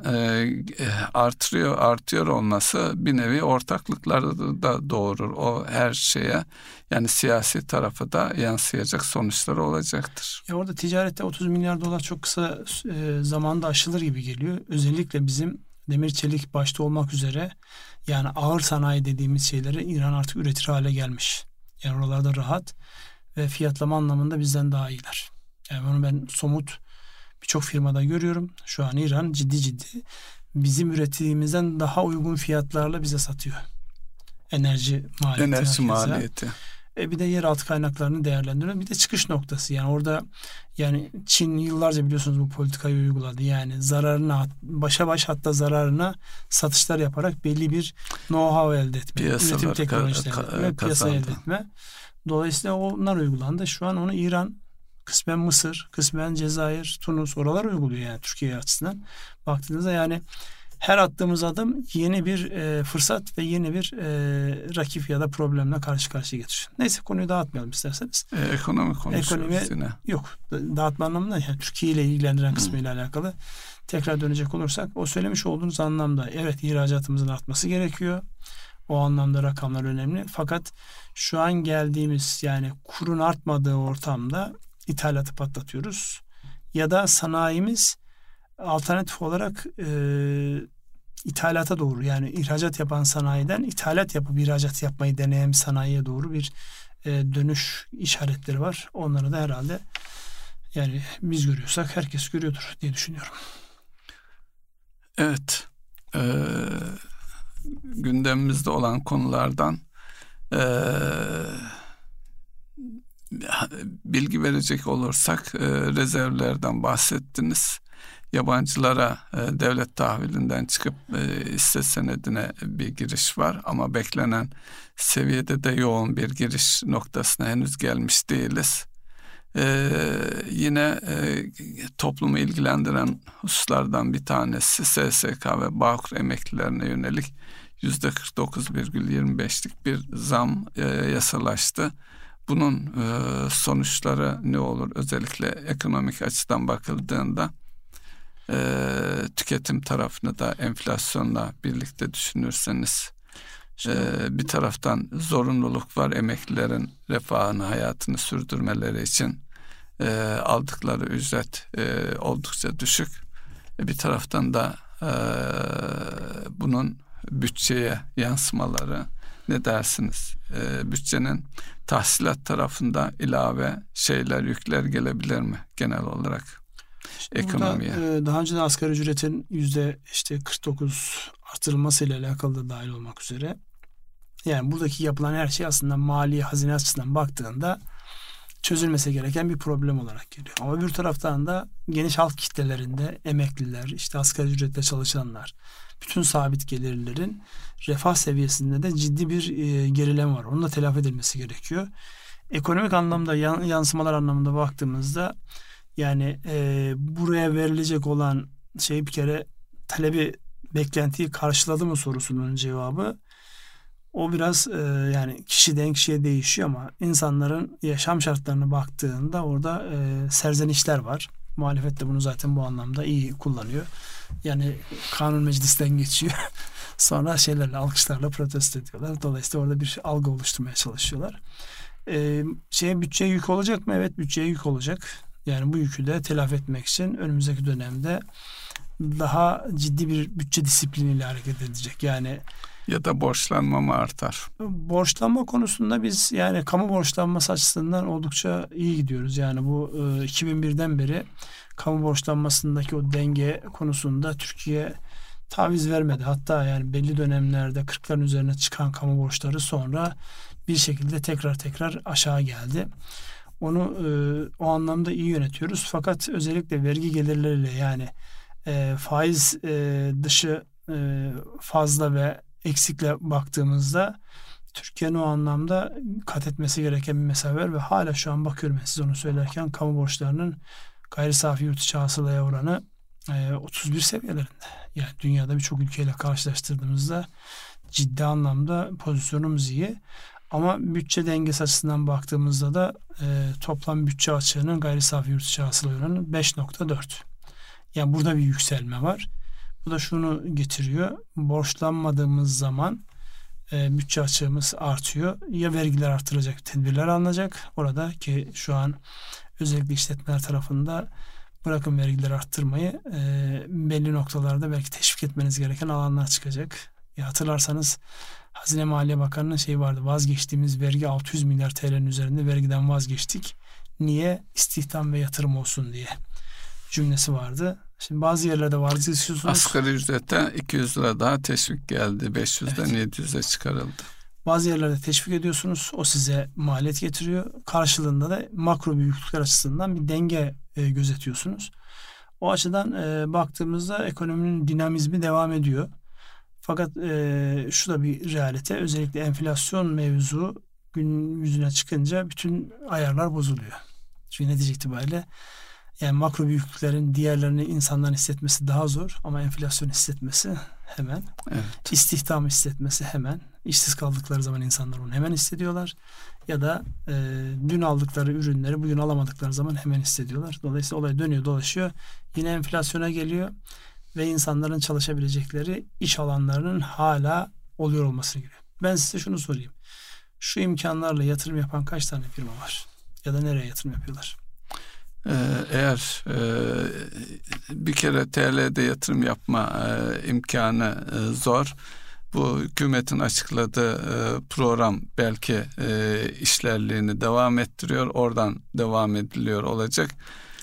artıyor olması bir nevi ortaklıkları da doğurur. O her şeye, yani siyasi tarafı da yansıyacak sonuçları olacaktır. Orada ticarette 30 milyar dolar çok kısa zamanda aşılır gibi geliyor. Özellikle bizim demir çelik başta olmak üzere, yani ağır sanayi dediğimiz şeyleri İran artık üretir hale gelmiş. Yani oralarda rahat ve fiyatlama anlamında bizden daha iyiler. Yani bunu ben somut birçok firmada görüyorum. Şu an İran ciddi bizim ürettiğimizden daha uygun fiyatlarla bize satıyor. Enerji maliyeti. Bir de yeraltı kaynaklarını değerlendiriyor. Bir de çıkış noktası. Yani orada, yani Çin yıllarca biliyorsunuz bu politikayı uyguladı. Yani zararına, başa baş hatta zararına satışlar yaparak belli bir know-how elde etme. Üretim teknolojileri elde etme, piyasa elde etme. Dolayısıyla onlar uygulandı. Şu an onu İran, kısmen Mısır, kısmen Cezayir, Tunus, oralar uyguluyor yani Türkiye açısından. Baktığınızda yani her attığımız adım yeni bir fırsat ve yeni bir rakip ya da problemle karşı karşıya getiriyor. Neyse, konuyu dağıtmayalım isterseniz. Ekonomi konuşuyoruz yine. Yok, dağıtma anlamında, yani Türkiye ile ilgilendiren kısmıyla alakalı. Tekrar dönecek olursak, o söylemiş olduğunuz anlamda evet, ihracatımızın artması gerekiyor. O anlamda rakamlar önemli. Fakat şu an geldiğimiz, yani kurun artmadığı ortamda ithalatı patlatıyoruz. ya da sanayimiz alternatif olarak ithalata doğru, yani ihracat yapan sanayiden ithalat yapıp ihracat yapmayı deneyen sanayiye doğru bir dönüş işaretleri var. Onları da herhalde yani biz görüyorsak herkes görüyordur diye düşünüyorum. Evet. Gündemimizde olan konulardan bilgi verecek olursak rezervlerden bahsettiniz. Yabancılara devlet tahvilinden çıkıp hisse senedine bir giriş var ama beklenen seviyede de yoğun bir giriş noktasına henüz gelmiş değiliz. Yine toplumu ilgilendiren hususlardan bir tanesi SSK ve Bağkur emeklilerine yönelik %49,25'lik bir zam yasalaştı. Bunun sonuçları ne olur? Özellikle ekonomik açıdan bakıldığında tüketim tarafını da enflasyonla birlikte düşünürseniz bir taraftan zorunluluk var, emeklilerin refahını, hayatını sürdürmeleri için aldıkları ücret oldukça düşük. Bir taraftan da bunun bütçeye yansımaları, ne dersiniz? Bütçenin tahsilat tarafında ilave şeyler, yükler gelebilir mi genel olarak ekonomiye? Burada, daha önce de asgari ücretin %49 artırılmasıyla alakalı da dahil olmak üzere. Yani buradaki yapılan her şey aslında mali hazine açısından baktığında çözülmesi gereken bir problem olarak geliyor. Ama bir taraftan da geniş halk kitlelerinde emekliler, asgari ücretle çalışanlar, bütün sabit gelirlerin refah seviyesinde de ciddi bir gerileme var. Onun da telafi edilmesi gerekiyor. Ekonomik anlamda yansımalar anlamında baktığımızda yani buraya verilecek olan bir kere talebi, beklentiyi karşıladı mı sorusunun cevabı o biraz yani kişiden kişiye değişiyor ama insanların yaşam şartlarına baktığında orada serzenişler var. Muhalefet de bunu zaten bu anlamda iyi kullanıyor. Yani kanun meclisten geçiyor. Sonra alkışlarla protesto ediyorlar. Dolayısıyla orada bir algı oluşturmaya çalışıyorlar. Bütçeye yük olacak mı? Evet, bütçeye yük olacak. Yani bu yükü de telafi etmek için önümüzdeki dönemde daha ciddi bir bütçe disipliniyle hareket edecek. Yani ya da borçlanma mı artar? Borçlanma konusunda biz yani kamu borçlanması açısından oldukça iyi gidiyoruz. Yani bu 2001'den beri kamu borçlanmasındaki o denge konusunda Türkiye taviz vermedi. Hatta yani belli dönemlerde 40'ların üzerine çıkan kamu borçları sonra bir şekilde tekrar aşağı geldi. Onu o anlamda iyi yönetiyoruz. Fakat özellikle vergi gelirleriyle yani faiz dışı fazla ve eksikle baktığımızda Türkiye'nin o anlamda kat etmesi gereken bir mesafe var ve hala şu an bakıyorum siz onu söylerken kamu borçlarının gayri safi yurt içi hasılaya oranı 31 seviyelerinde. Yani dünyada birçok ülkeyle karşılaştırdığımızda ciddi anlamda pozisyonumuz iyi. Ama bütçe dengesi açısından baktığımızda da toplam bütçe açığının gayri safi yurt içi hasıla oranı 5.4. Yani burada bir yükselme var. Bu da şunu getiriyor. Borçlanmadığımız zaman bütçe açığımız artıyor. Ya vergiler artıracak, tedbirler alınacak. Orada ki şu an özellikle işletmeler tarafında bırakın vergileri arttırmayı belli noktalarda belki teşvik etmeniz gereken alanlar çıkacak. Ya hatırlarsanız Hazine Maliye Bakanı'nın vardı. Vazgeçtiğimiz vergi 600 milyar TL'nin üzerinde vergiden vazgeçtik. Niye? İstihdam ve yatırım olsun diye cümlesi vardı. Şimdi bazı yerlerde vazgeçiyorsunuz. Asgari ücrete 200 lira daha teşvik geldi. 500'den 700'e çıkarıldı. Bazı yerlerde teşvik ediyorsunuz. O size maliyet getiriyor. Karşılığında da makro büyüklükler açısından bir denge gözetiyorsunuz. O açıdan baktığımızda ekonominin dinamizmi devam ediyor. Fakat şu da bir realite. Özellikle enflasyon mevzu gün yüzüne çıkınca bütün ayarlar bozuluyor. Çünkü netice itibariyle yani makro büyüklüklerin diğerlerini insanların hissetmesi daha zor ama enflasyon hissetmesi hemen. Evet. İstihdam hissetmesi hemen. İşsiz kaldıkları zaman insanlar onu hemen hissediyorlar. Ya da dün aldıkları ürünleri bugün alamadıkları zaman hemen hissediyorlar. Dolayısıyla olay dönüyor dolaşıyor. Yine enflasyona geliyor ve insanların çalışabilecekleri iş alanlarının hala oluyor olmasını geliyor. Ben size şunu sorayım. Şu imkanlarla yatırım yapan kaç tane firma var? Ya da nereye yatırım yapıyorlar? Eğer bir kere TL'de yatırım yapma imkanı zor. Bu hükümetin açıkladığı program belki işlerliğini devam ettiriyor. Oradan devam ediliyor olacak.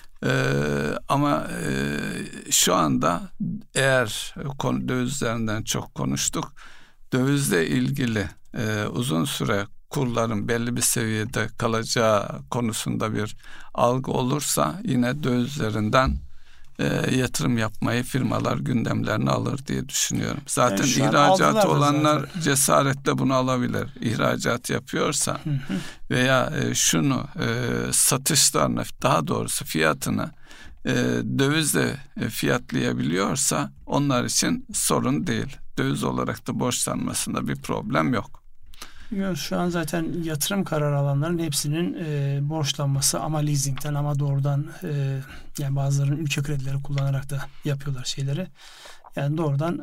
Ama şu anda eğer döviz üzerinden çok konuştuk. Dövizle ilgili uzun süre kurların belli bir seviyede kalacağı konusunda bir algı olursa yine döviz üzerinden yatırım yapmayı firmalar gündemlerine alır diye düşünüyorum. Zaten ihracatı olanlar cesaretle bunu alabilir. İhracat yapıyorsa veya şunu satışlarını, daha doğrusu fiyatını dövizle fiyatlayabiliyorsa onlar için sorun değil. Döviz olarak da borçlanmasında bir problem yok. Şu an zaten yatırım kararı alanların hepsinin borçlanması ama leasingten ama doğrudan yani bazılarının ülke kredileri kullanarak da yapıyorlar şeyleri. Yani doğrudan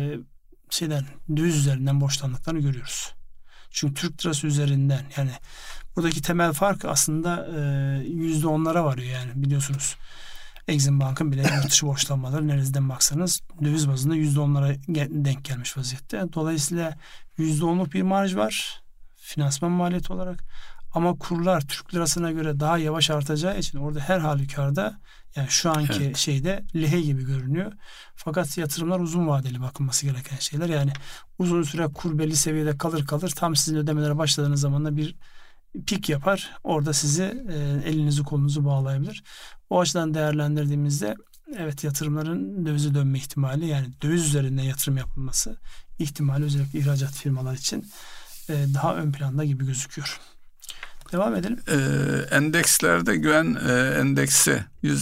döviz üzerinden borçlandıklarını görüyoruz. Çünkü Türk lirası üzerinden, yani buradaki temel fark aslında %10'lara varıyor yani, biliyorsunuz. Exim Bank'ın bile yurt dışı borçlanmaları nereden baksanız döviz bazında %10'lara denk gelmiş vaziyette. Dolayısıyla %10'luk bir marj var finansman maliyeti olarak. Ama kurlar Türk lirasına göre daha yavaş artacağı için orada her halükarda, yani şu anki şeyde lehe gibi görünüyor. Fakat yatırımlar uzun vadeli bakılması gereken şeyler. Yani uzun süre kur belli seviyede kalır tam sizin ödemelere başladığınız zaman da bir pik yapar. Orada sizi elinizi kolunuzu bağlayabilir. O açıdan değerlendirdiğimizde evet, yatırımların dövize dönme ihtimali, yani döviz üzerinden yatırım yapılması ihtimali özellikle ihracat firmalar için daha ön planda gibi gözüküyor. Devam edelim. Endekslerde güven endeksi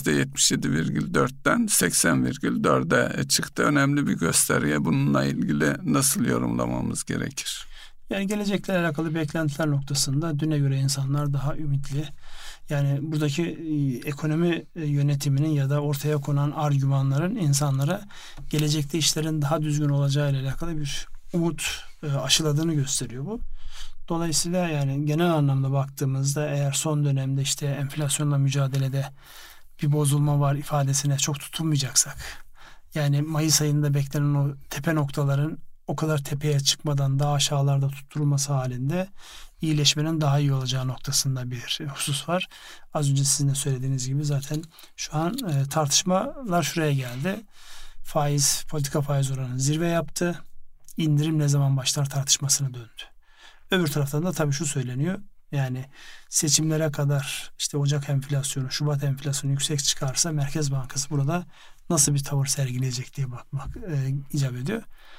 %77,4'ten 80,4'e çıktı. Önemli bir gösterge. Bununla ilgili nasıl yorumlamamız gerekir? Yani gelecekle alakalı beklentiler noktasında düne göre insanlar daha ümitli. Yani buradaki ekonomi yönetiminin ya da ortaya konan argümanların insanlara gelecekte işlerin daha düzgün olacağı ile alakalı bir umut aşıladığını gösteriyor bu. Dolayısıyla yani genel anlamda baktığımızda eğer son dönemde işte enflasyonla mücadelede bir bozulma var ifadesine çok tutunmayacaksak, yani Mayıs ayında beklenen o tepe noktaların o kadar tepeye çıkmadan daha aşağılarda tutturulması halinde iyileşmenin daha iyi olacağı noktasında bir husus var. Az önce sizin de söylediğiniz gibi zaten şu an tartışmalar şuraya geldi. Politika faiz oranı zirve yaptı. İndirim ne zaman başlar tartışmasına döndü. Öbür taraftan da tabii şu söyleniyor. Yani seçimlere kadar işte Ocak enflasyonu, Şubat enflasyonu yüksek çıkarsa Merkez Bankası burada nasıl bir tavır sergileyecek diye bakmak icap ediyor.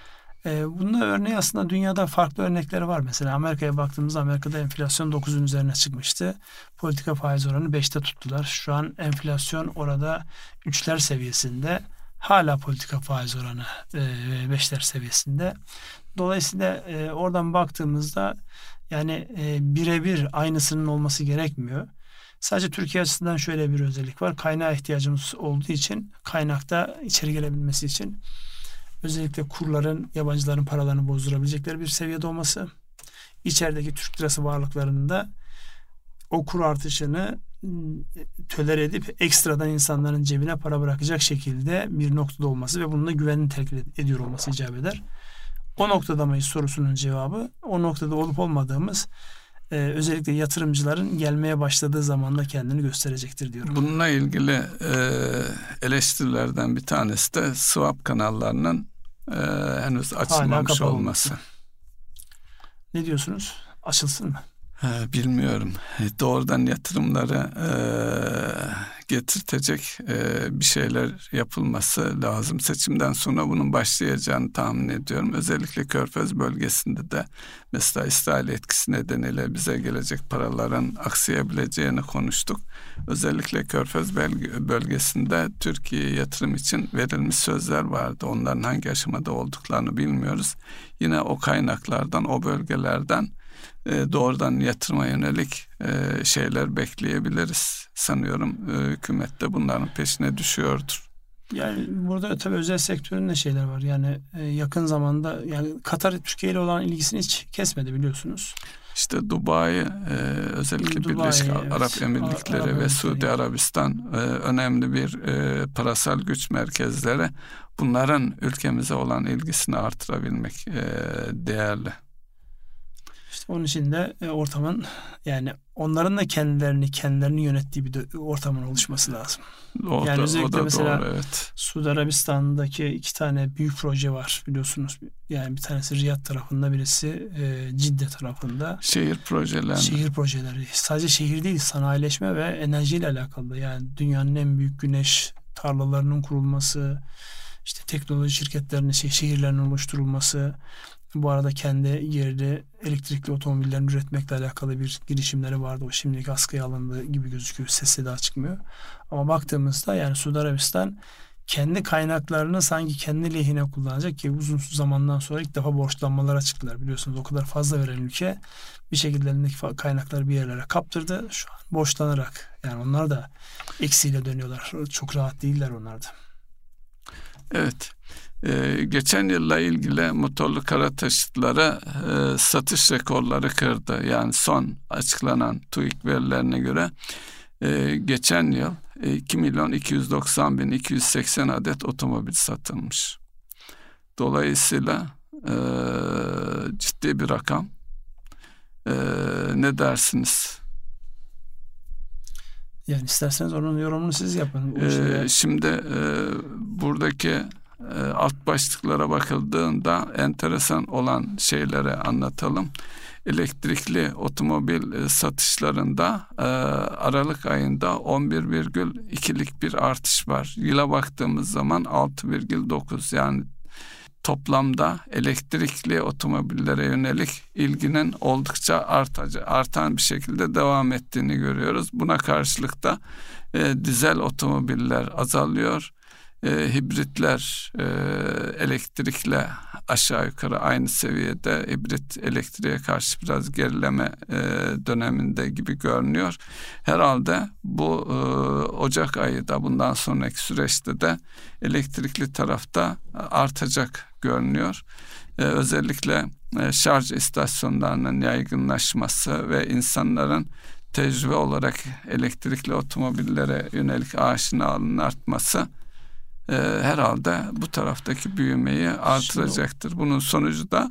Bunun örneği aslında dünyada farklı örnekleri var. Mesela Amerika'ya baktığımızda Amerika'da enflasyon 9'un üzerine çıkmıştı. Politika faiz oranı 5'te tuttular. Şu an enflasyon orada 3'ler seviyesinde. Hala politika faiz oranı 5'ler seviyesinde. Dolayısıyla oradan baktığımızda yani birebir aynısının olması gerekmiyor. Sadece Türkiye açısından şöyle bir özellik var. Kaynağa ihtiyacımız olduğu için, kaynakta içeri gelebilmesi için özellikle kurların, yabancıların paralarını bozdurabilecekleri bir seviyede olması, içerideki Türk lirası varlıklarının da o kur artışını tolere edip ekstradan insanların cebine para bırakacak şekilde bir noktada olması ve bununla güvenini telkin ediyor olması icap eder. O noktada mıyız sorusunun cevabı, o noktada olup olmadığımız özellikle yatırımcıların gelmeye başladığı zamanda kendini gösterecektir diyorum. Bununla ilgili eleştirilerden bir tanesi de swap kanallarının henüz açılmamış olması. Ne diyorsunuz? Açılsın mı? Bilmiyorum. Doğrudan yatırımları getirtecek bir şeyler yapılması lazım. Seçimden sonra bunun başlayacağını tahmin ediyorum. Özellikle Körfez bölgesinde de mesela İsrail etkisi nedeniyle bize gelecek paraların aksayabileceğini konuştuk. Özellikle Körfez bölgesinde Türkiye yatırım için verilmiş sözler vardı. Onların hangi aşamada olduklarını bilmiyoruz. Yine o kaynaklardan, o bölgelerden doğrudan yatırıma yönelik şeyler bekleyebiliriz. Sanıyorum hükümet de bunların peşine düşüyordur. Yani burada tabii özel sektörün de şeyler var. Yani yakın zamanda yani Katar Türkiye ile olan ilgisini hiç kesmedi biliyorsunuz. İşte Dubai, özellikle Birleşik Arap Emirlikleri ve Suudi Arabistan önemli bir parasal güç merkezleri. Bunların ülkemize olan ilgisini artırabilmek değerli. İşte onun için de ortamın, yani onların da kendilerini yönettiği bir ortamın oluşması lazım. Yani özellikle mesela doğru, evet. Suudi Arabistan'daki 2 tane büyük proje var biliyorsunuz. Yani bir tanesi Riyad tarafında, birisi Cidde tarafında. Şehir projeleri. Sadece şehir değil, sanayileşme ve enerjiyle alakalı. Yani dünyanın en büyük güneş tarlalarının kurulması, işte teknoloji şirketlerinin, şehirlerinin oluşturulması. Bu arada kendi yerli elektrikli otomobillerini üretmekle alakalı bir girişimleri vardı. O şimdilik askıya alındığı gibi gözüküyor. Sesi daha çıkmıyor. Ama baktığımızda yani Suudi Arabistan kendi kaynaklarını sanki kendi lehine kullanacak ki uzun zamandan sonra ilk defa borçlanmalara çıktılar. Biliyorsunuz o kadar fazla veren ülke bir şekilde elindeki kaynakları bir yerlere kaptırdı. Şu an borçlanarak, yani onlar da eksiyle dönüyorlar. Çok rahat değiller onlar da. Evet. Geçen yılla ilgili motorlu kara taşıtlara satış rekorları kırdı. Yani son açıklanan TÜİK verilerine göre geçen yıl 2.290.280 adet otomobil satılmış. Dolayısıyla ciddi bir rakam. Ne dersiniz? Yani isterseniz onun yorumunu siz yapın. Şimdi buradaki alt başlıklara bakıldığında enteresan olan şeyleri anlatalım. Elektrikli otomobil satışlarında Aralık ayında 11,2'lik bir artış var. Yıla baktığımız zaman 6,9, yani toplamda elektrikli otomobillere yönelik ilginin oldukça artan bir şekilde devam ettiğini görüyoruz. Buna karşılık da dizel otomobiller azalıyor. Hibritler elektrikle aşağı yukarı aynı seviyede, hibrit elektriğe karşı biraz gerileme döneminde gibi görünüyor. Herhalde bu Ocak ayı da, bundan sonraki süreçte de elektrikli tarafta artacak görünüyor. Özellikle şarj istasyonlarının yaygınlaşması ve insanların tecrübe olarak elektrikli otomobillere yönelik aşinalığının artması herhalde bu taraftaki büyümeyi artıracaktır. Bunun sonucu da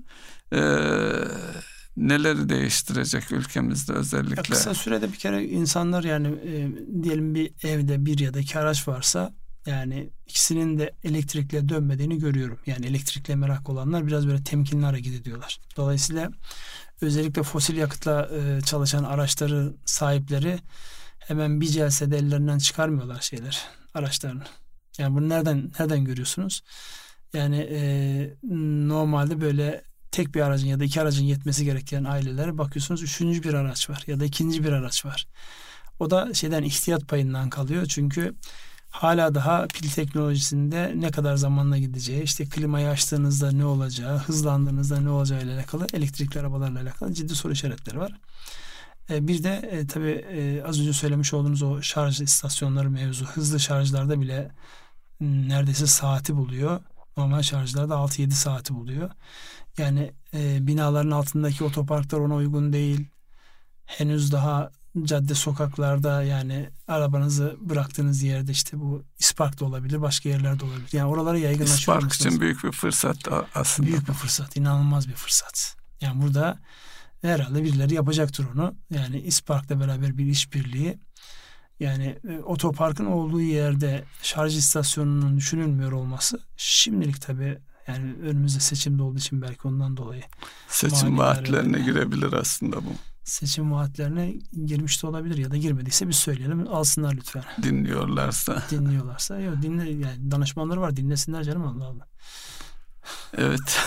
neleri değiştirecek ülkemizde özellikle? Kısa sürede bir kere insanlar, yani diyelim bir evde 1 ya da 2 araç varsa, yani ikisinin de elektrikle dönmediğini görüyorum. Yani elektrikle merak olanlar biraz böyle temkinli hareket ediyorlar. Dolayısıyla özellikle fosil yakıtla çalışan araçların sahipleri hemen bir celsede ellerinden çıkarmıyorlar araçlarını. Yani bunu nereden görüyorsunuz? Yani normalde böyle tek bir aracın ya da 2 aracın yetmesi gereken ailelere bakıyorsunuz 3. bir araç var ya da 2. bir araç var. O da ihtiyat payından kalıyor. Çünkü hala daha pil teknolojisinde ne kadar zamanla gideceği, işte klimayı açtığınızda ne olacağı, hızlandığınızda ne olacağı ile alakalı, elektrikli arabalarla alakalı ciddi soru işaretleri var. Bir de tabii az önce söylemiş olduğunuz o şarj istasyonları mevzu, hızlı şarjlarda bile neredeyse saati buluyor. Normal şarjlarda 6-7 saati buluyor. Yani binaların altındaki otoparklar ona uygun değil. Henüz daha cadde sokaklarda, yani arabanızı bıraktığınız yerde, işte bu İspark'ta olabilir, başka yerlerde olabilir. Yani oralara yaygınlaşıyor. İspark için büyük bir fırsat aslında. Büyük bir fırsat, inanılmaz bir fırsat. Yani burada herhalde birileri yapacaktır onu. Yani İspark'la beraber bir işbirliği. Yani otoparkın olduğu yerde şarj istasyonunun düşünülmüyor olması şimdilik tabii, yani önümüzde seçimde olduğu için belki ondan dolayı. Seçim vaatlerine girebilir aslında bu. Seçim vaatlerine girmiş de olabilir ya da girmediyse biz söyleyelim, alsınlar lütfen. Dinliyorlarsa. Yok, yani danışmanları var, dinlesinler canım, Allah Allah. Evet.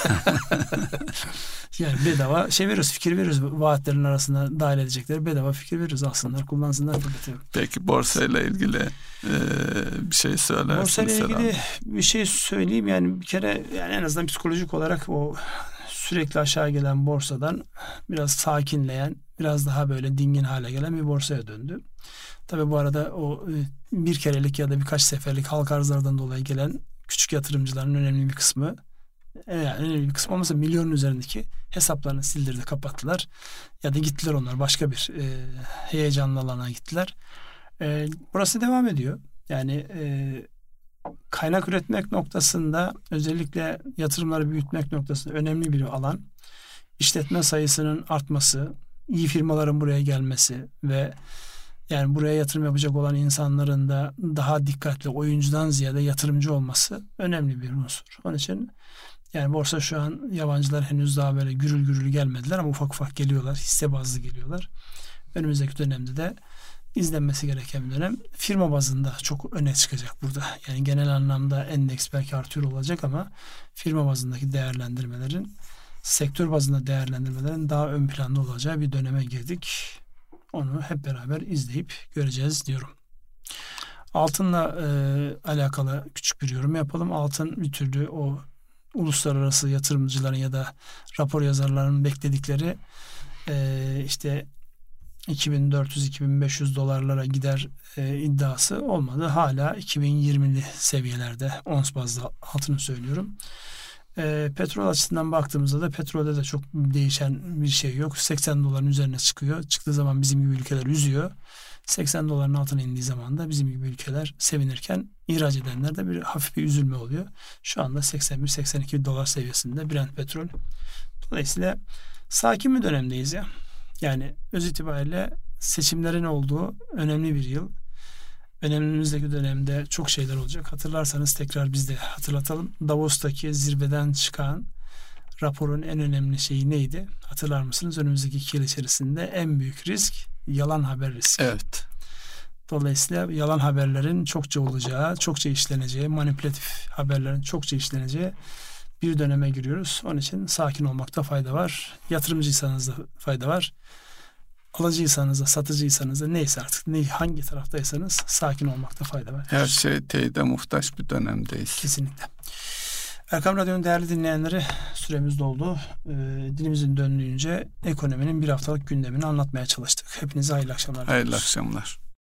Yani bedava veriyoruz, fikir veriyoruz. Vaatlerin arasında dahil edecekleri bedava fikir veriyoruz. Alsınlar, kullansınlar. Peki borsayla ilgili bir şey söylersin. Borsayla ilgili bir şey söyleyeyim. Yani bir kere, yani en azından psikolojik olarak o sürekli aşağı gelen borsadan biraz sakinleyen, biraz daha böyle dingin hale gelen bir borsaya döndü. Tabii bu arada o bir kerelik ya da birkaç seferlik halka arzlardan dolayı gelen küçük yatırımcıların önemli bir kısmı yani önemli bir kısmı olmasa milyonun üzerindeki hesaplarını sildirdi, kapattılar. Ya da gittiler onlar başka bir heyecanlı alana gittiler. Burası devam ediyor. Yani kaynak üretmek noktasında, özellikle yatırımları büyütmek noktasında önemli bir alan. İşletme sayısının artması, iyi firmaların buraya gelmesi ve yani buraya yatırım yapacak olan insanların da daha dikkatli, oyuncudan ziyade yatırımcı olması önemli bir unsur. Onun için yani borsa şu an, yabancılar henüz daha böyle gürül gürül gelmediler ama ufak ufak geliyorlar. Hisse bazlı geliyorlar. Önümüzdeki dönemde de izlenmesi gereken bir dönem. Firma bazında çok öne çıkacak burada. Yani genel anlamda endeks belki artıyor olacak ama firma bazındaki değerlendirmelerin, sektör bazında değerlendirmelerin daha ön planda olacağı bir döneme girdik. Onu hep beraber izleyip göreceğiz diyorum. Altınla alakalı küçük bir yorum yapalım. Altın bir türlü o uluslararası yatırımcıların ya da rapor yazarlarının bekledikleri işte 2400-2500 dolarlara gider iddiası olmadı. Hala 2020'li seviyelerde ons bazlı altını söylüyorum. Petrol açısından baktığımızda da petrolde de çok değişen bir şey yok. 80 doların üzerine çıkıyor. Çıktığı zaman bizim gibi ülkeler üzüyor. 80 doların altına indiği zaman da bizim gibi ülkeler sevinirken ihraç edenler de bir hafif bir üzülme oluyor. Şu anda 81-82 dolar seviyesinde Brent petrol. Dolayısıyla sakin bir dönemdeyiz ya. Yani öz itibariyle seçimlerin olduğu önemli bir yıl. Önümüzdeki dönemde çok şeyler olacak. Hatırlarsanız tekrar biz de hatırlatalım. Davos'taki zirveden çıkan raporun en önemli şeyi neydi? Hatırlar mısınız? Önümüzdeki 2 yıl içerisinde en büyük risk yalan haber riski. Evet. Dolayısıyla yalan haberlerin çokça olacağı, çokça işleneceği, manipülatif haberlerin çokça işleneceği bir döneme giriyoruz. Onun için sakin olmakta fayda var. Yatırımcıysanız da fayda var. Alıcıysanız da, satıcıysanız da, neyse artık hangi taraftaysanız sakin olmakta fayda var. Her şey teyide muhtaç bir dönemdeyiz. Kesinlikle. Erkam Radyo'nun değerli dinleyenleri, süremiz doldu. Dilimizin döndüğünce ekonominin bir haftalık gündemini anlatmaya çalıştık. Hepinize hayırlı akşamlar. Hayırlı akşamlar.